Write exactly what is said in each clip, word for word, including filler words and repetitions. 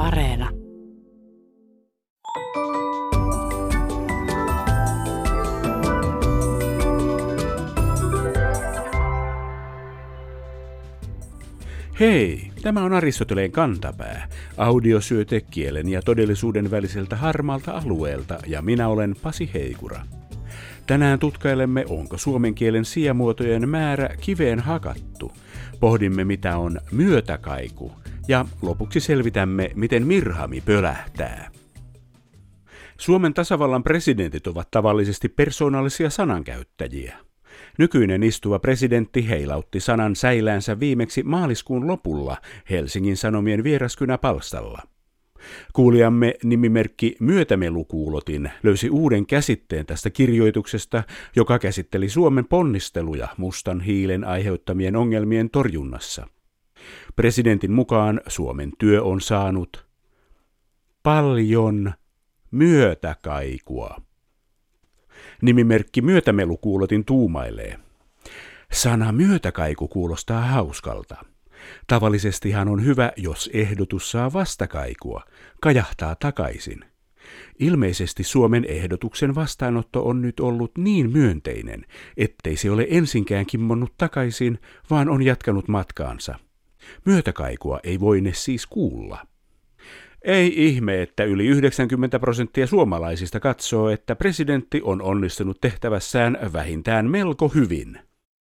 Areena. Hei, tämä on Aristoteleen kantapää, audiosyöte kielen ja todellisuuden väliseltä harmaalta alueelta, ja minä olen Pasi Heikura. Tänään tutkailemme, onko suomen kielen sijamuotojen määrä kiveen hakattu. Pohdimme, mitä on myötäkaiku, ja lopuksi selvitämme, miten mirhami pölähtää. Suomen tasavallan presidentit ovat tavallisesti persoonallisia sanankäyttäjiä. Nykyinen istuva presidentti heilautti sanan säiläänsä viimeksi maaliskuun lopulla Helsingin Sanomien vieraskynäpalstalla. Kuulijamme nimimerkki Myötämelukuulotin löysi uuden käsitteen tästä kirjoituksesta, joka käsitteli Suomen ponnisteluja mustan hiilen aiheuttamien ongelmien torjunnassa. Presidentin mukaan Suomen työ on saanut paljon myötäkaikua. Nimimerkki Myötämelukuulotin tuumailee. Sana myötäkaiku kuulostaa hauskalta. Tavallisestihan on hyvä, jos ehdotus saa vastakaikua, kajahtaa takaisin. Ilmeisesti Suomen ehdotuksen vastaanotto on nyt ollut niin myönteinen, ettei se ole ensinkään kimmonnut takaisin, vaan on jatkanut matkaansa. Myötäkaikua ei voine siis kuulla. Ei ihme, että yli yhdeksänkymmentä prosenttia suomalaisista katsoo, että presidentti on onnistunut tehtävässään vähintään melko hyvin.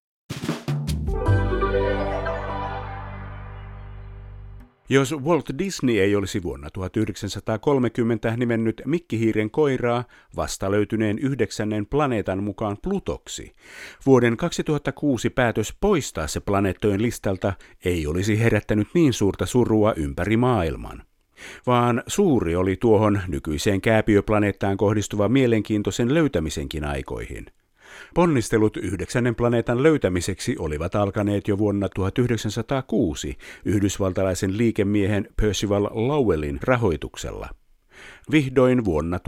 Jos Walt Disney ei olisi vuonna tuhatyhdeksänsataakolmekymmentä nimennyt mikkihiiren koiraa vasta löytyneen yhdeksännen planeetan mukaan Plutoksi, vuoden kaksituhattakuusi päätös poistaa se planeettojen listalta ei olisi herättänyt niin suurta surua ympäri maailman. Vaan suuri oli tuohon nykyiseen kääpiöplaneettaan kohdistuva mielenkiintoisen löytämisenkin aikoihin. Ponnistelut yhdeksännen planeetan löytämiseksi olivat alkaneet jo vuonna tuhatyhdeksänsataakuusi yhdysvaltalaisen liikemiehen Percival Lowellin rahoituksella. Vihdoin vuonna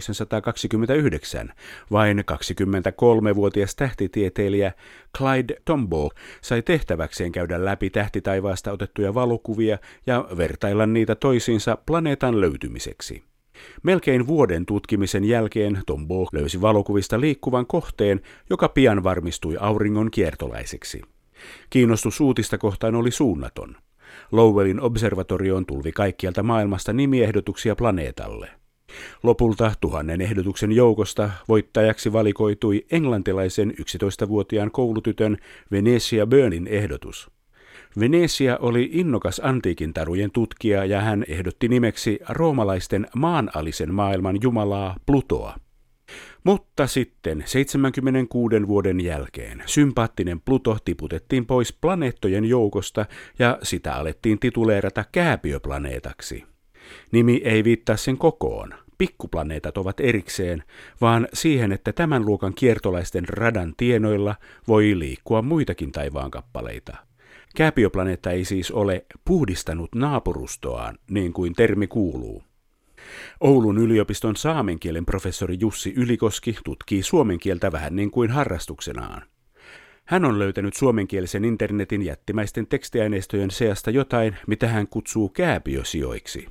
tuhatyhdeksänsataakaksikymmentäyhdeksän vain kaksikymmentäkolmevuotias tähtitieteilijä Clyde Tombaugh sai tehtäväkseen käydä läpi tähtitaivaasta otettuja valokuvia ja vertailla niitä toisiinsa planeetan löytymiseksi. Melkein vuoden tutkimisen jälkeen Tombaugh löysi valokuvista liikkuvan kohteen, joka pian varmistui auringon kiertoläiseksi. Kiinnostus uutista kohtaan oli suunnaton. Lowellin observatorioon tulvi kaikkialta maailmasta nimiehdotuksia planeetalle. Lopulta tuhannen ehdotuksen joukosta voittajaksi valikoitui englantilaisen yksitoistavuotiaan koulutytön Venetia Burnin ehdotus. Venetia oli innokas antiikintarujen tutkija ja hän ehdotti nimeksi roomalaisten maanalisen maailman jumalaa Plutoa. Mutta sitten seitsemänkymmentäkuuden vuoden jälkeen sympaattinen Pluto tiputettiin pois planeettojen joukosta ja sitä alettiin tituleerata kääpiöplaneetaksi. Nimi ei viittaa sen kokoon. Pikkuplaneetat ovat erikseen, vaan siihen, että tämän luokan kiertolaisten radan tienoilla voi liikkua muitakin taivaankappaleita. Kääpiöplaneetta ei siis ole puhdistanut naapurustoaan, niin kuin termi kuuluu. Oulun yliopiston saamen kielen professori Jussi Ylikoski tutkii suomen kieltä vähän niin kuin harrastuksenaan. Hän on löytänyt suomenkielisen internetin jättimäisten tekstiaineistojen seasta jotain, mitä hän kutsuu kääpiösijoiksi.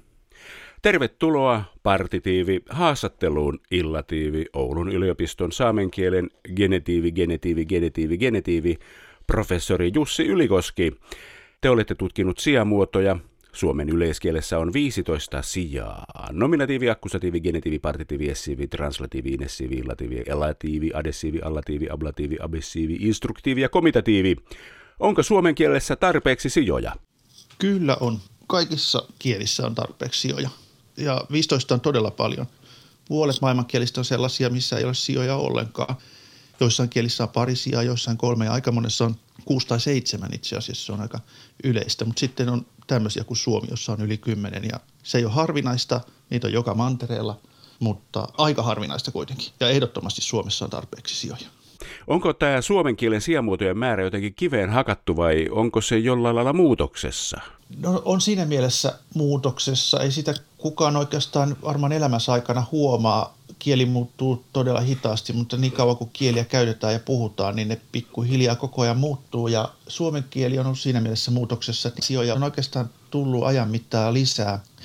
Tervetuloa partitiivi haastatteluun illatiivi Oulun yliopiston saamen kielen genetiivi, genetiivi, genetiivi, genetiivi, professori Jussi Ylikoski. Te olette tutkinut sijamuotoja. Suomen yleiskielessä on viisitoista sijaa. Nominatiivi, akkusatiivi, genetiivi, partitiivi, essiivi, translatiivi, inessiivi, illatiivi, elatiivi, adessiivi, allatiivi, ablatiivi, abessiivi, instruktiivi ja komitatiivi. Onko suomen kielessä tarpeeksi sijoja? Kyllä on. Kaikissa kielissä on tarpeeksi sijoja. Ja viisitoista on todella paljon. Puolet maailmankielistä on sellaisia, missä ei ole sijoja ollenkaan. Joissain kielissä on pari sijaa, joissain kolme ja aika monessa on kuusi tai seitsemän itse asiassa, se on aika yleistä. Mutta sitten on tämmöisiä kuin Suomi, jossa on yli kymmenen ja se ei ole harvinaista, niitä on joka mantereella, mutta aika harvinaista kuitenkin. Ja ehdottomasti Suomessa on tarpeeksi sijoja. Onko tämä suomen kielen sijamuotojen määrä jotenkin kiveen hakattu vai onko se jollain lailla muutoksessa? No on siinä mielessä muutoksessa. Ei sitä kukaan oikeastaan varmaan elämänsä aikana huomaa. Kieli muuttuu todella hitaasti, mutta niin kauan kuin kieliä käytetään ja puhutaan, niin ne pikkuhiljaa koko ajan muuttuu. Ja suomen kieli on ollut siinä mielessä muutoksessa, että sijoja on oikeastaan tullut ajan mittaan lisää.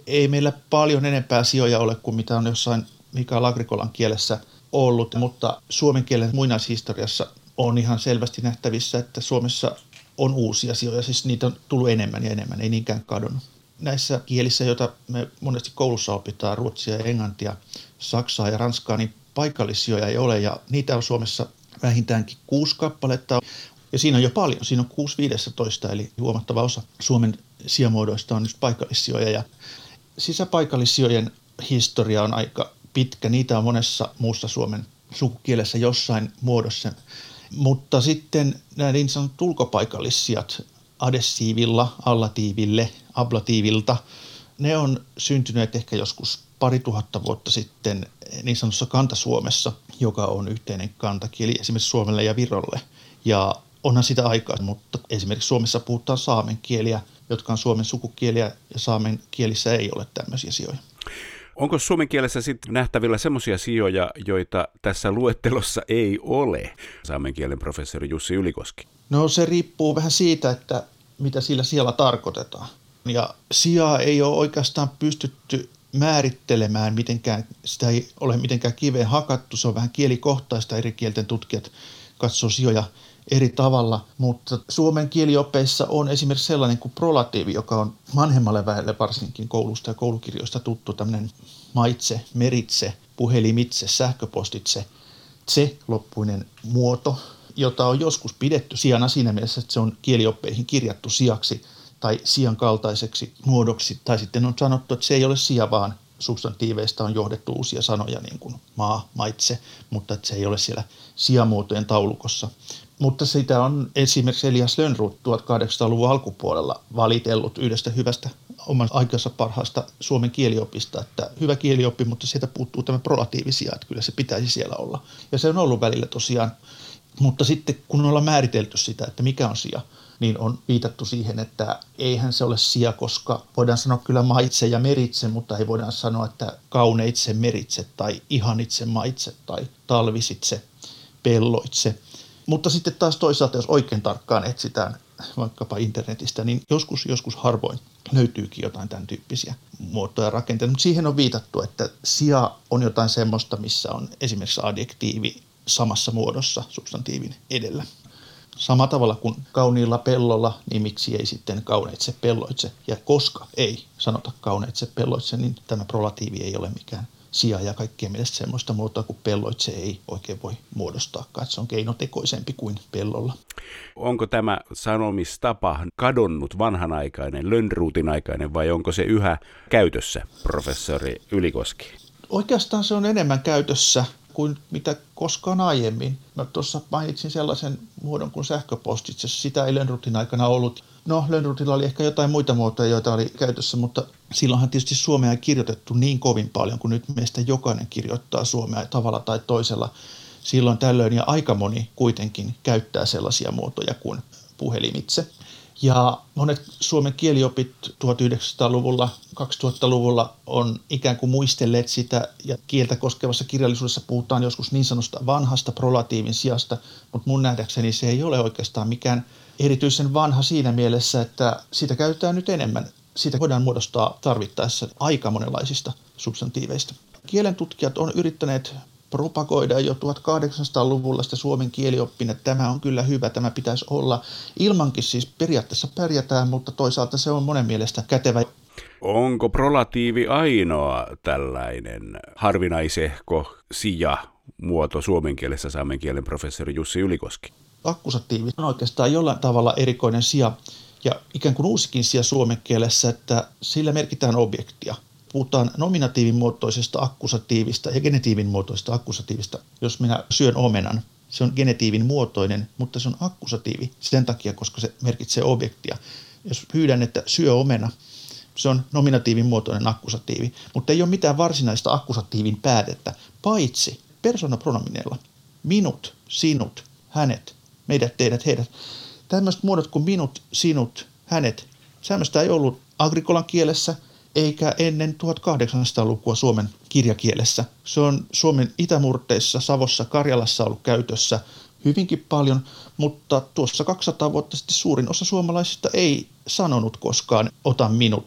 Ei meillä paljon enempää sijoja ole kuin mitä on jossain Mikael Agricolan kielessä ollut, mutta suomen kielen muinaishistoriassa on ihan selvästi nähtävissä, että Suomessa on uusia sijoja, siis niitä on tullut enemmän ja enemmän, ei niinkään kadonnut. Näissä kielissä, joita me monesti koulussa opitaan, ruotsia ja englantia, saksaa ja ranskaa, niin paikallissijoja ei ole ja niitä on Suomessa vähintäänkin kuusi kappaletta. Ja siinä on jo paljon, siinä on kuusi viisitoista, eli huomattava osa Suomen sijamuodoista on nyt paikallissijoja. Ja sisäpaikallissijojen historia on aika pitkä, niitä on monessa muussa Suomen sukukielessä jossain muodossa. Mutta sitten nämä niin sanotut ulkopaikallissijat adessiivilla, allatiiville, ablatiivilta, ne on syntyneet ehkä joskus pari tuhatta vuotta sitten niin sanotussa Kanta-Suomessa, joka on yhteinen kantakieli esimerkiksi Suomelle ja Virolle. Ja onhan sitä aikaa, mutta esimerkiksi Suomessa puhutaan saamen kieliä, jotka on Suomen sukukieliä, ja saamen kielissä ei ole tämmöisiä sijoja. Onko suomen kielessä sitten nähtävillä semmoisia sijoja, joita tässä luettelossa ei ole? Saamen kielen professori Jussi Ylikoski. No se riippuu vähän siitä, että mitä sillä sijalla tarkoitetaan. Ja sijaa ei ole oikeastaan pystytty määrittelemään mitenkään, sitä ei ole mitenkään kiveen hakattu, se on vähän kielikohtaista, eri kielten tutkijat katsoo sijoja eri tavalla, mutta suomen kieliopeissa on esimerkiksi sellainen kuin prolatiivi, joka on vanhemmalle väelle varsinkin koulusta ja koulukirjoista tuttu tämmöinen maitse, meritse, puhelimitse, sähköpostitse, se-loppuinen muoto, jota on joskus pidetty sijana siinä mielessä, että se on kielioppeihin kirjattu sijaksi tai sijan kaltaiseksi muodoksi, tai sitten on sanottu, että se ei ole sija, vaan substantiiveista on johdettu uusia sanoja, niin kuin maa, maitse, mutta että se ei ole siellä sijamuotojen taulukossa. Mutta sitä on esimerkiksi Elias Lönnrot tuhatkahdeksansataaluvun alkupuolella valitellut yhdestä hyvästä oman aikansa parhaasta suomen kieliopista, että hyvä kielioppi, mutta sieltä puuttuu tämä prolatiivisia, että kyllä se pitäisi siellä olla. Ja se on ollut välillä tosiaan, mutta sitten kun ollaan määritelty sitä, että mikä on sija, niin on viitattu siihen, että eihän se ole sija, koska voidaan sanoa kyllä maitse ja meritse, mutta ei voidaan sanoa, että kauneitse meritse tai ihanitse maitse tai talvisitse pelloitse. Mutta sitten taas toisaalta, jos oikein tarkkaan etsitään vaikkapa internetistä, niin joskus, joskus harvoin löytyykin jotain tämän tyyppisiä muotoja rakenteita. Mutta siihen on viitattu, että sija on jotain semmoista, missä on esimerkiksi adjektiivi samassa muodossa substantiivin edellä. Samalla tavalla kuin kauniilla pellolla, niin miksi ei sitten kauneitse pelloitse. Ja koska ei sanota kauneitse pelloitse, niin tämä prolatiivi ei ole mikään sija ja kaikkien mielestä semmoista muotoa kuin pelloitse ei oikein voi muodostaakaan, että se on keinotekoisempi kuin pellolla. Onko tämä sanomistapa kadonnut vanhanaikainen, Lönnrotin aikainen vai onko se yhä käytössä, professori Ylikoski? Oikeastaan se on enemmän käytössä kuin mitä koskaan aiemmin. Mä tuossa mainitsin sellaisen muodon kuin sähköpostitse, sitä ei Lönnrotin aikana ollut. No, Lönnrotilla oli ehkä jotain muita muotoja, joita oli käytössä, mutta silloinhan tietysti suomea ei kirjoitettu niin kovin paljon, kuin nyt meistä jokainen kirjoittaa suomea tavalla tai toisella. Silloin tällöin ja aika moni kuitenkin käyttää sellaisia muotoja kuin puhelimitse. Ja monet suomen kieliopit tuhatyhdeksänsataaluvulla, kaksituhattaluvulla on ikään kuin muistelleet sitä, ja kieltä koskevassa kirjallisuudessa puhutaan joskus niin sanotusta vanhasta prolatiivin sijasta, mutta mun nähdäkseni se ei ole oikeastaan mikään erityisen vanha siinä mielessä, että sitä käytetään nyt enemmän. Siitä voidaan muodostaa tarvittaessa aika monenlaisista substantiiveista. Kielentutkijat on yrittäneet propagoida jo tuhatkahdeksansataaluvulla sitä suomen kielioppina, että tämä on kyllä hyvä, tämä pitäisi olla. Ilmankin siis periaatteessa pärjätään, mutta toisaalta se on monen mielestä kätevä. Onko prolatiivi ainoa tällainen harvinaisehko sija-muoto suomen kielessä, saamen kielen professori Jussi Ylikoski? Akkusatiivi on oikeastaan jollain tavalla erikoinen sija ja ikään kuin uusikin sija suomen kielessä, että sillä merkitään objektia. Puhutaan nominatiivin muotoisesta akkusatiivista ja genetiivin muotoisesta akkusatiivista. Jos minä syön omenan, se on genetiivin muotoinen, mutta se on akkusatiivi sen takia, koska se merkitsee objektia. Jos pyydän, että syö omena, se on nominatiivin muotoinen akkusatiivi, mutta ei ole mitään varsinaista akkusatiivin päätettä, paitsi persoonapronomineilla. Minut, sinut, hänet, meidät, teidät, heidät. Tämmöiset muodot kuin minut, sinut, hänet, tämmöistä ei ollut Agricolan kielessä, eikä ennen tuhatkahdeksansataalukua suomen kirjakielessä. Se on Suomen itämurteissa, Savossa, Karjalassa ollut käytössä hyvinkin paljon, mutta tuossa kaksisataa vuotta sitten suurin osa suomalaisista ei sanonut koskaan ota minut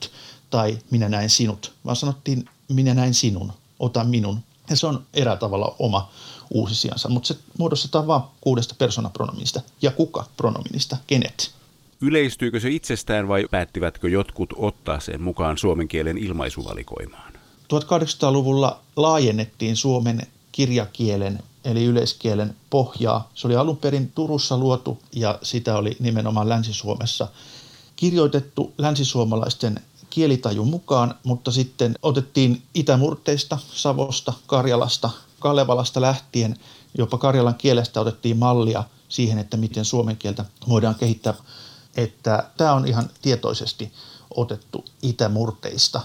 tai minä näen sinut, vaan sanottiin minä näen sinun, ota minun. Ja se on eräällä tavalla oma uusi sijansa, mutta se muodostetaan vain kuudesta persoonapronominista ja kuka pronominista, kenet. Yleistyykö se itsestään vai päättivätkö jotkut ottaa sen mukaan suomen kielen ilmaisuvalikoimaan? tuhatkahdeksansataaluvulla laajennettiin suomen kirjakielen eli yleiskielen pohjaa. Se oli alun perin Turussa luotu ja sitä oli nimenomaan Länsi-Suomessa kirjoitettu länsisuomalaisten kielitajun mukaan, mutta sitten otettiin itämurteista, Savosta, Karjalasta, Kalevalasta lähtien, jopa Karjalan kielestä otettiin mallia siihen, että miten suomen kieltä voidaan kehittää. Että tämä on ihan tietoisesti otettu itämurteista.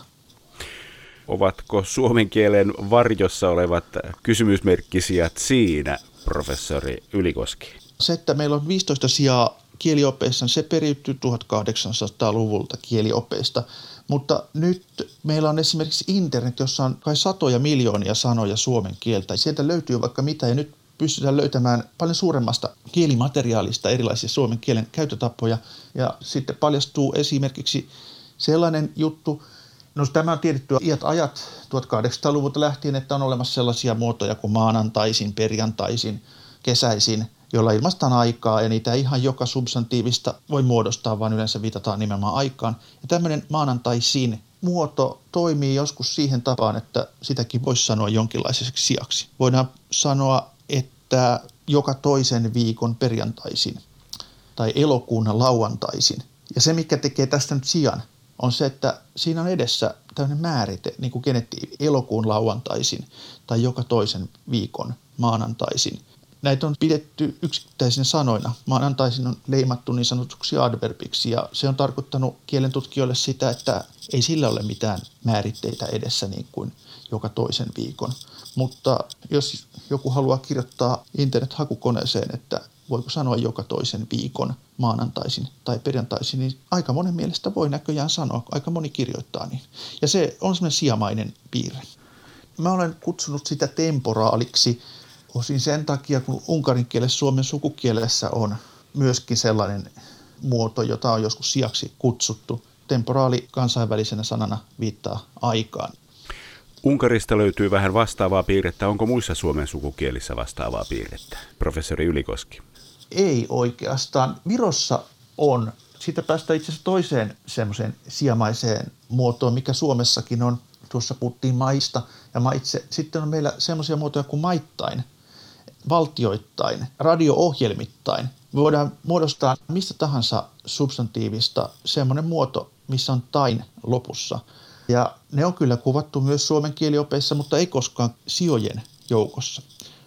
Ovatko suomen kielen varjossa olevat kysymysmerkkisijat siinä, professori Ylikoski? Se, että meillä on viisitoista sijaa kieliopeissa, se periytyy tuhatkahdeksansataaluvulta kieliopeista, mutta nyt meillä on esimerkiksi internet, jossa on kai satoja miljoonia sanoja suomen kieltä. Sieltä löytyy vaikka mitä ja nyt pystytään löytämään paljon suuremmasta kielimateriaalista erilaisia suomen kielen käyttötapoja ja sitten paljastuu esimerkiksi sellainen juttu, no tämä on tiedettyä iät ajat tuhatkahdeksansataaluvulta lähtien, että on olemassa sellaisia muotoja kuin maanantaisin, perjantaisin, kesäisin, joilla ilmaistaan aikaa ja niitä ihan joka substantiivista voi muodostaa, vaan yleensä viitataan nimenomaan aikaan. Ja tämmöinen maanantaisin muoto toimii joskus siihen tapaan, että sitäkin voisi sanoa jonkinlaiseksi sijaksi. Voidaan sanoa, että joka toisen viikon perjantaisin tai elokuun lauantaisin. Ja se, mikä tekee tästä nyt sijan, on se, että siinä on edessä tämmöinen määrite, niin kuin genetiivi, elokuun lauantaisin tai joka toisen viikon maanantaisin. Näitä on pidetty yksittäisinä sanoina. Maanantaisin on leimattu niin sanotuksi adverbiksi ja se on tarkoittanut kielentutkijoille sitä, että ei sillä ole mitään määritteitä edessä niin kuin joka toisen viikon. Mutta jos joku haluaa kirjoittaa internet-hakukoneeseen, että voiko sanoa joka toisen viikon maanantaisin tai perjantaisin, niin aika monen mielestä voi näköjään sanoa, aika moni kirjoittaa niin. Ja se on semmoinen sijamainen piirre. Mä olen kutsunut sitä temporaaliksi osin sen takia, kun unkarin kielessä suomen sukukielessä on myöskin sellainen muoto, jota on joskus sijaksi kutsuttu. Temporaali kansainvälisenä sanana viittaa aikaan. Unkarista löytyy vähän vastaavaa piirrettä. Onko muissa suomen sukukielissä vastaavaa piirrettä? Professori Ylikoski. Ei oikeastaan. Virossa on. Siitä päästään itse asiassa toiseen semmoiseen sijamaiseen muotoon, mikä Suomessakin on. Tuossa puhuttiin maista ja maitse. Sitten on meillä semmoisia muotoja kuin maittain, valtioittain, radio-ohjelmittain. Me voidaan muodostaa mistä tahansa substantiivista semmoinen muoto, missä on tain lopussa. Ja ne on kyllä kuvattu myös suomen kieliopeissa, mutta ei koskaan sijojen joukossa.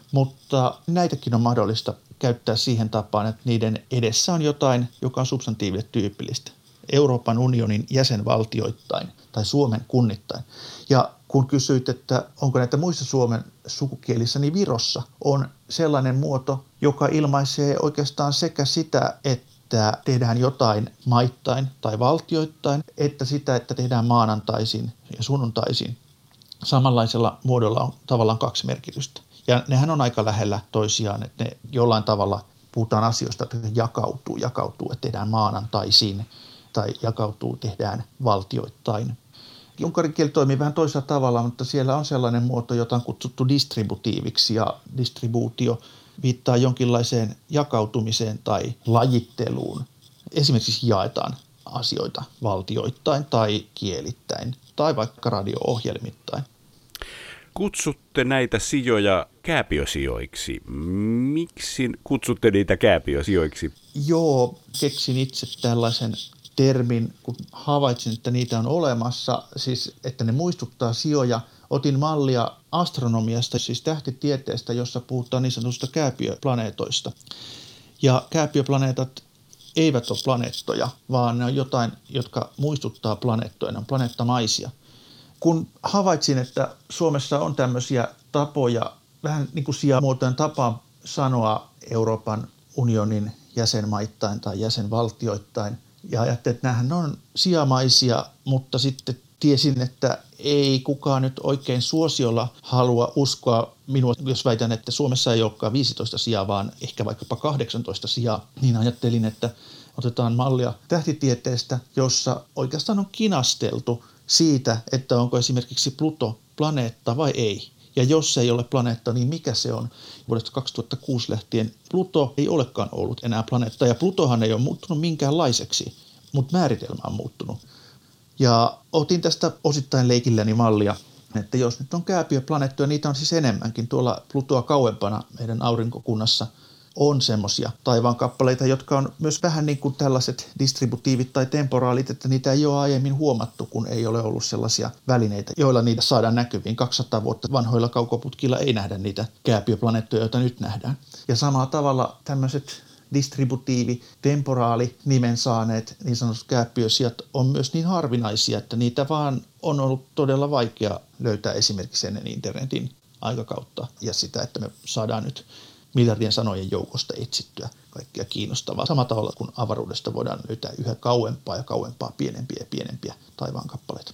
Mutta näitäkin on mahdollista käyttää siihen tapaan, että niiden edessä on jotain, joka on substantiiville tyypillistä. Euroopan unionin jäsenvaltioittain tai Suomen kunnittain. Ja kun kysyit, että onko näitä muissa suomen sukukielissä, niin Virossa on sellainen muoto, joka ilmaisee oikeastaan sekä sitä, että tehdään jotain maittain tai valtioittain, että sitä, että tehdään maanantaisin ja sunnuntaisin. Samanlaisella muodolla on tavallaan kaksi merkitystä. Ja nehän on aika lähellä toisiaan, että ne jollain tavalla puhutaan asioista, että jakautuu, jakautuu, että tehdään maanantaisin tai jakautuu, tehdään valtioittain. Unkarin kieli toimii vähän toisella tavalla, mutta siellä on sellainen muoto, jota on kutsuttu distributiiviksi ja distribuutio viittaa jonkinlaiseen jakautumiseen tai lajitteluun. Esimerkiksi jaetaan asioita valtioittain tai kielittäin tai vaikka radio-ohjelmittain. Kutsutte näitä sijoja kääpiösijoiksi. Miksi kutsutte niitä kääpiösijoiksi? Joo, keksin itse tällaisen termin, kun havaitsin, että niitä on olemassa, siis että ne muistuttaa sijoja. Otin mallia astronomiasta, siis tähtitieteestä, jossa puhutaan niin sanotusta kääpiöplaneetoista. Ja kääpiöplaneetat eivät ole planeettoja, vaan ne on jotain, jotka muistuttaa planeettoja, ne on planeettamaisia. Kun havaitsin, että Suomessa on tämmöisiä tapoja, vähän niin kuin sijamuotojen tapa sanoa Euroopan unionin jäsenmaittain tai jäsenvaltioittain, ja ajattelin, että nämähän on sijamaisia, mutta sitten tiesin, että ei kukaan nyt oikein suosiolla halua uskoa minua, jos väitän, että Suomessa ei olekaan viisitoista sijaa, vaan ehkä vaikkapa kahdeksantoista sijaa, niin ajattelin, että otetaan mallia tähtitieteestä, jossa oikeastaan on kinasteltu siitä, että onko esimerkiksi Pluto planeetta vai ei. Ja jos se ei ole planeetta, niin mikä se on? Vuodesta kaksituhattakuusi lähtien Pluto ei olekaan ollut enää planeetta, ja Plutohan ei ole muuttunut minkäänlaiseksi, mutta määritelmä on muuttunut. Ja otin tästä osittain leikilläni mallia, että jos nyt on kääpiöplaneettoja, niitä on siis enemmänkin. Tuolla Plutoa kauempana meidän aurinkokunnassa on semmoisia taivaankappaleita, jotka on myös vähän niin kuin tällaiset distributiivit tai temporaalit, että niitä ei ole aiemmin huomattu, kun ei ole ollut sellaisia välineitä, joilla niitä saadaan näkyviin. kaksisataa vuotta vanhoilla kaukoputkilla ei nähdä niitä kääpiöplaneettoja, joita nyt nähdään. Ja samalla tavalla tämmöiset distributiivi, temporaali nimen saaneet niin sanotut kääpiösijat on myös niin harvinaisia, että niitä vaan on ollut todella vaikea löytää esimerkiksi ennen internetin aikakautta ja sitä, että me saadaan nyt miljardien sanojen joukosta etsittyä kaikkea kiinnostavaa. Samalla tavalla kuin avaruudesta voidaan löytää yhä kauempaa ja kauempaa pienempiä ja pienempiä taivaankappaleita.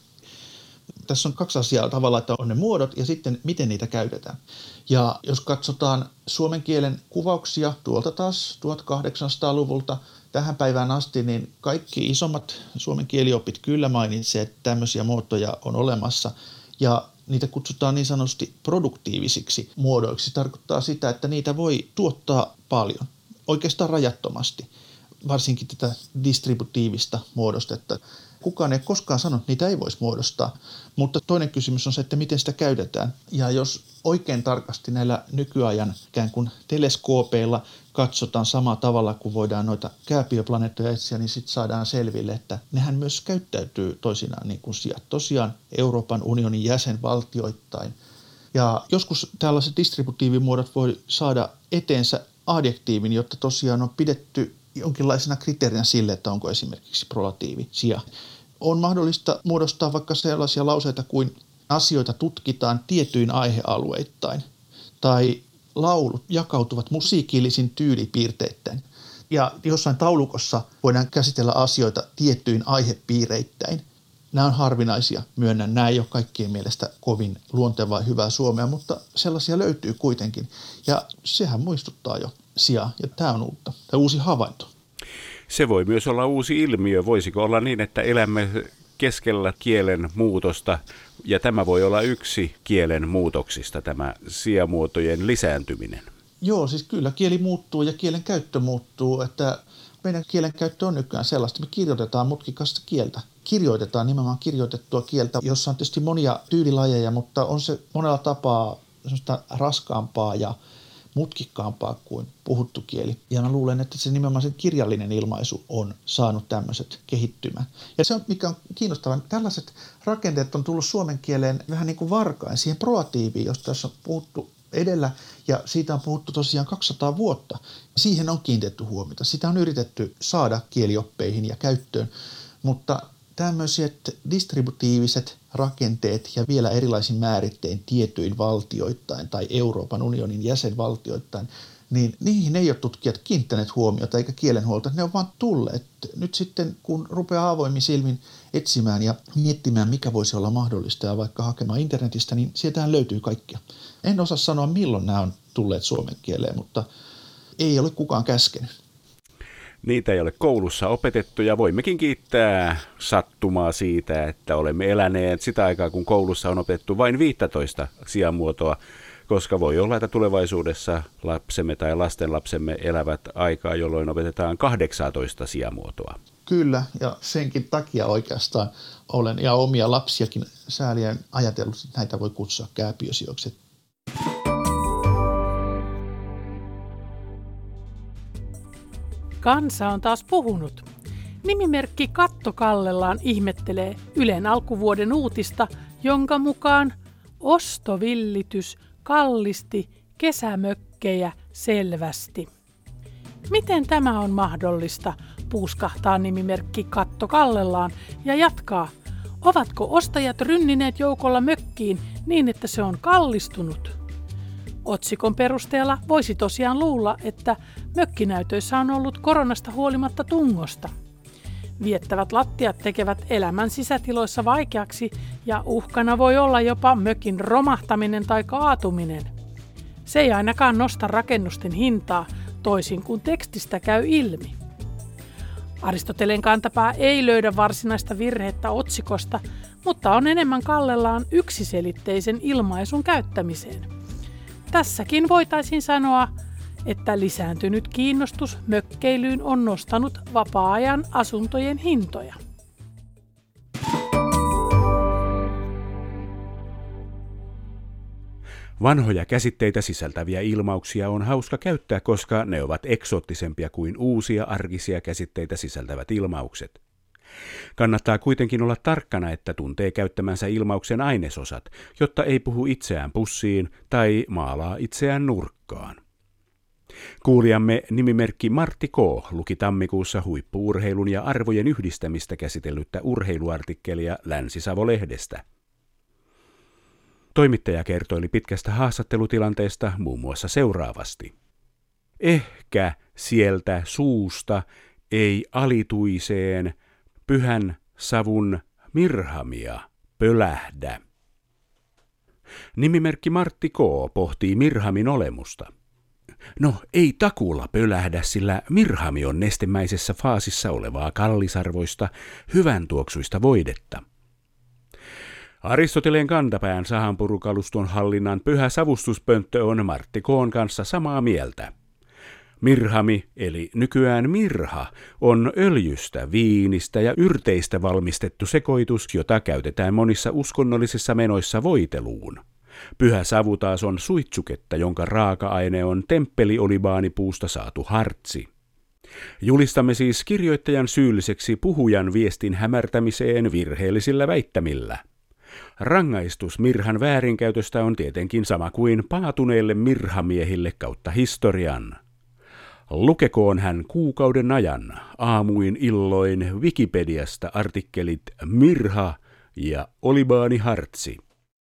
Tässä on kaksi asiaa tavalla, että on ne muodot ja sitten miten niitä käytetään. Ja jos katsotaan suomen kielen kuvauksia tuolta taas tuhatkahdeksansataaluvulta tähän päivään asti, niin kaikki isommat suomen kieliopit kyllä mainitsevat, että tämmöisiä muotoja on olemassa. Ja niitä kutsutaan niin sanotusti produktiivisiksi muodoiksi. Se tarkoittaa sitä, että niitä voi tuottaa paljon, oikeastaan rajattomasti, varsinkin tätä distributiivista muodostetta. Kukaan ei koskaan sanonut, että niitä ei voisi muodostaa, mutta toinen kysymys on se, että miten sitä käytetään. Ja jos oikein tarkasti näillä nykyajan ikään kuin teleskoopeilla katsotaan samalla tavalla, kuin voidaan noita kääpiöplaneettoja etsiä, niin sitten saadaan selville, että nehän myös käyttäytyy toisinaan niin kuin sijat. Tosiaan Euroopan unionin jäsenvaltioittain. Ja joskus tällaiset distributiivimuodot voi saada eteensä adjektiivin, jotta tosiaan on pidetty jonkinlaisena kriteerinä sille, että onko esimerkiksi prolatiivi sija. On mahdollista muodostaa vaikka sellaisia lauseita kuin asioita tutkitaan tietyin aihealueittain tai laulut jakautuvat musiikillisin tyylipiirteittäin. Ja jossain taulukossa voidaan käsitellä asioita tiettyin aihepiireittäin. Nämä on harvinaisia, myönnän, nämä ei ole kaikkien mielestä kovin luontevaa ja hyvää suomea, mutta sellaisia löytyy kuitenkin. Ja sehän muistuttaa jo sijaa, ja tämä on uutta, tämä uusi havainto. Se voi myös olla uusi ilmiö. Voisiko olla niin, että elämme keskellä kielen muutosta, ja tämä voi olla yksi kielen muutoksista, tämä sijamuotojen lisääntyminen? Joo, siis kyllä kieli muuttuu ja kielen käyttö muuttuu, että meidän kielen käyttö on nykyään sellaista, me kirjoitetaan mutkikasta kieltä. Kirjoitetaan nimenomaan kirjoitettua kieltä, jossa on tietysti monia tyylilajeja, mutta on se monella tapaa raskaampaa ja mutkikkaampaa kuin puhuttu kieli. Ja mä luulen, että se nimenomaan se kirjallinen ilmaisu on saanut tämmöiset kehittymään. Ja se on, mikä on kiinnostavaa, tällaiset rakenteet on tullut suomen kieleen vähän niin kuin varkain siihen proatiiviin, josta tässä on puhuttu edellä, ja siitä on puhuttu tosiaan kaksisataa vuotta. Siihen on kiinnitetty huomiota. Sitä on yritetty saada kielioppeihin ja käyttöön, mutta tämmöiset distributiiviset rakenteet ja vielä erilaisin määrittein tietyin valtioittain tai Euroopan unionin jäsenvaltioittain, niin niihin ei ole tutkijat kiinnittäneet huomiota eikä kielenhuolta. Ne on vaan tulleet. Nyt sitten, kun rupeaa avoimin silmin etsimään ja miettimään, mikä voisi olla mahdollista ja vaikka hakemaan internetistä, niin sieltähän löytyy kaikkea. En osaa sanoa, milloin nämä on tulleet suomen kieleen, mutta ei ole kukaan käskenyt. Niitä ei ole koulussa opetettu ja voimmekin kiittää sattumaa siitä, että olemme eläneet sitä aikaa, kun koulussa on opetettu vain viisitoista sijamuotoa, koska voi olla, että tulevaisuudessa lapsemme tai lastenlapsemme elävät aikaa, jolloin opetetaan kahdeksantoista sijamuotoa. Kyllä, ja senkin takia oikeastaan olen ja omia lapsiakin säälien ajatellut, että näitä voi kutsua kääpiösijoiksi. Kansa on taas puhunut. Nimimerkki Katto Kallellaan ihmettelee Ylen alkuvuoden uutista, jonka mukaan ostovillitys kallisti kesämökkejä selvästi. Miten tämä on mahdollista, puuskahtaa nimimerkki Katto Kallellaan ja jatkaa. Ovatko ostajat rynnineet joukolla mökkiin niin, että se on kallistunut? Otsikon perusteella voisi tosiaan luulla, että mökkinäytöissä on ollut koronasta huolimatta tungosta. Viettävät lattiat tekevät elämän sisätiloissa vaikeaksi ja uhkana voi olla jopa mökin romahtaminen tai kaatuminen. Se ei ainakaan nosta rakennusten hintaa, toisin kuin tekstistä käy ilmi. Aristoteleen kantapää ei löydä varsinaista virhettä otsikosta, mutta on enemmän kallellaan yksiselitteisen ilmaisun käyttämiseen. Tässäkin voitaisiin sanoa, että lisääntynyt kiinnostus mökkeilyyn on nostanut vapaa-ajan asuntojen hintoja. Vanhoja käsitteitä sisältäviä ilmauksia on hauska käyttää, koska ne ovat eksoottisempia kuin uusia arkisia käsitteitä sisältävät ilmaukset. Kannattaa kuitenkin olla tarkkana, että tuntee käyttämänsä ilmauksen ainesosat, jotta ei puhu itseään pussiin tai maalaa itseään nurkkaan. Kuulijamme nimimerkki Martti K. luki tammikuussa huippu-urheilun ja arvojen yhdistämistä käsitellyttä urheiluartikkelia Länsi-Savo-lehdestä. Toimittaja kertoili pitkästä haastattelutilanteesta muun muassa seuraavasti. Ehkä sieltä suusta ei alituiseen pyhän savun mirhamia pölähdä. Nimimerkki Martti K. pohtii mirhamin olemusta. No, ei takuulla pölähdä, sillä mirhami on nestemäisessä faasissa olevaa kallisarvoista, hyvän tuoksuista voidetta. Aristoteleen kantapään sahanpurukaluston hallinnan pyhä savustuspönttö on Martti K:n kanssa samaa mieltä. Mirhami, eli nykyään mirha, on öljystä, viinistä ja yrteistä valmistettu sekoitus, jota käytetään monissa uskonnollisissa menoissa voiteluun. Pyhä savu taas on suitsuketta, jonka raaka-aine on temppeliolibaanipuusta saatu hartsi. Julistamme siis kirjoittajan syylliseksi puhujan viestin hämärtämiseen virheellisillä väittämillä. Rangaistus mirhan väärinkäytöstä on tietenkin sama kuin paatuneille mirhamiehille kautta historian. Lukekoon hän kuukauden ajan aamuin illoin Wikipediasta artikkelit mirha ja olibaanihartsi.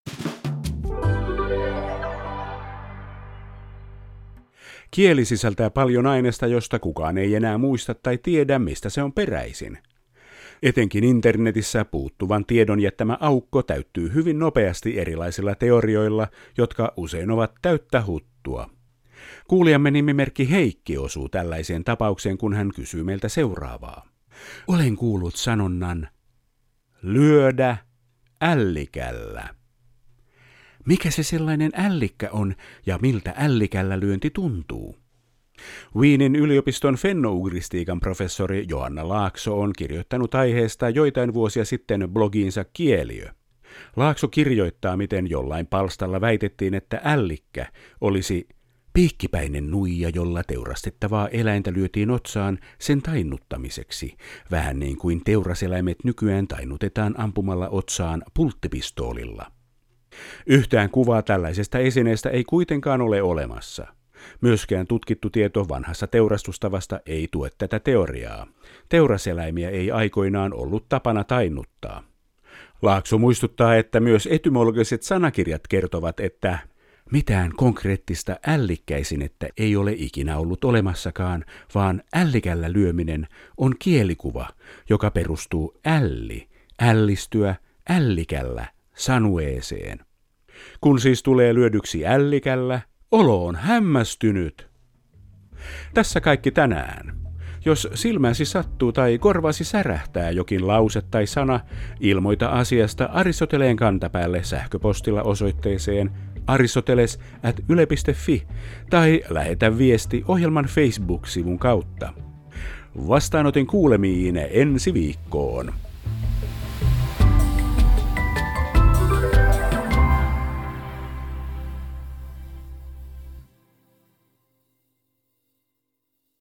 Kieli sisältää paljon aineesta, josta kukaan ei enää muista tai tiedä, mistä se on peräisin. Etenkin internetissä puuttuvan tiedon jättämä aukko täyttyy hyvin nopeasti erilaisilla teorioilla, jotka usein ovat täyttä huttua. Kuulijamme nimimerkki Heikki osuu tällaiseen tapaukseen, kun hän kysyy meiltä seuraavaa. Olen kuullut sanonnan lyödä ällikällä. Mikä se sellainen ällikkä on ja miltä ällikällä lyönti tuntuu? Wienin yliopiston fennougristiikan professori Johanna Laakso on kirjoittanut aiheesta joitain vuosia sitten blogiinsa Kieliö. Laakso kirjoittaa, miten jollain palstalla väitettiin, että ällikkä olisi piikkipäinen nuija, jolla teurastettavaa eläintä lyötiin otsaan sen tainnuttamiseksi, vähän niin kuin teuraseläimet nykyään tainnutetaan ampumalla otsaan pulttipistoolilla. Yhtään kuvaa tällaisesta esineestä ei kuitenkaan ole olemassa. Myöskään tutkittu tieto vanhassa teurastustavasta ei tue tätä teoriaa. Teuraseläimiä ei aikoinaan ollut tapana tainnuttaa. Laakso muistuttaa, että myös etymologiset sanakirjat kertovat, että mitään konkreettista ällikkäisinettä ei ole ikinä ollut olemassakaan, vaan ällikällä lyöminen on kielikuva, joka perustuu älli, ällistyä, ällikällä, sanueeseen. Kun siis tulee lyödyksi ällikällä, olo on hämmästynyt. Tässä kaikki tänään. Jos silmäsi sattuu tai korvasi särähtää jokin lause tai sana, ilmoita asiasta Aristoteleen kantapäälle sähköpostilla osoitteeseen aristoteles at yle piste fi tai lähetä viesti ohjelman Facebook-sivun kautta. Vastaanotin kuulemiin ensi viikkoon.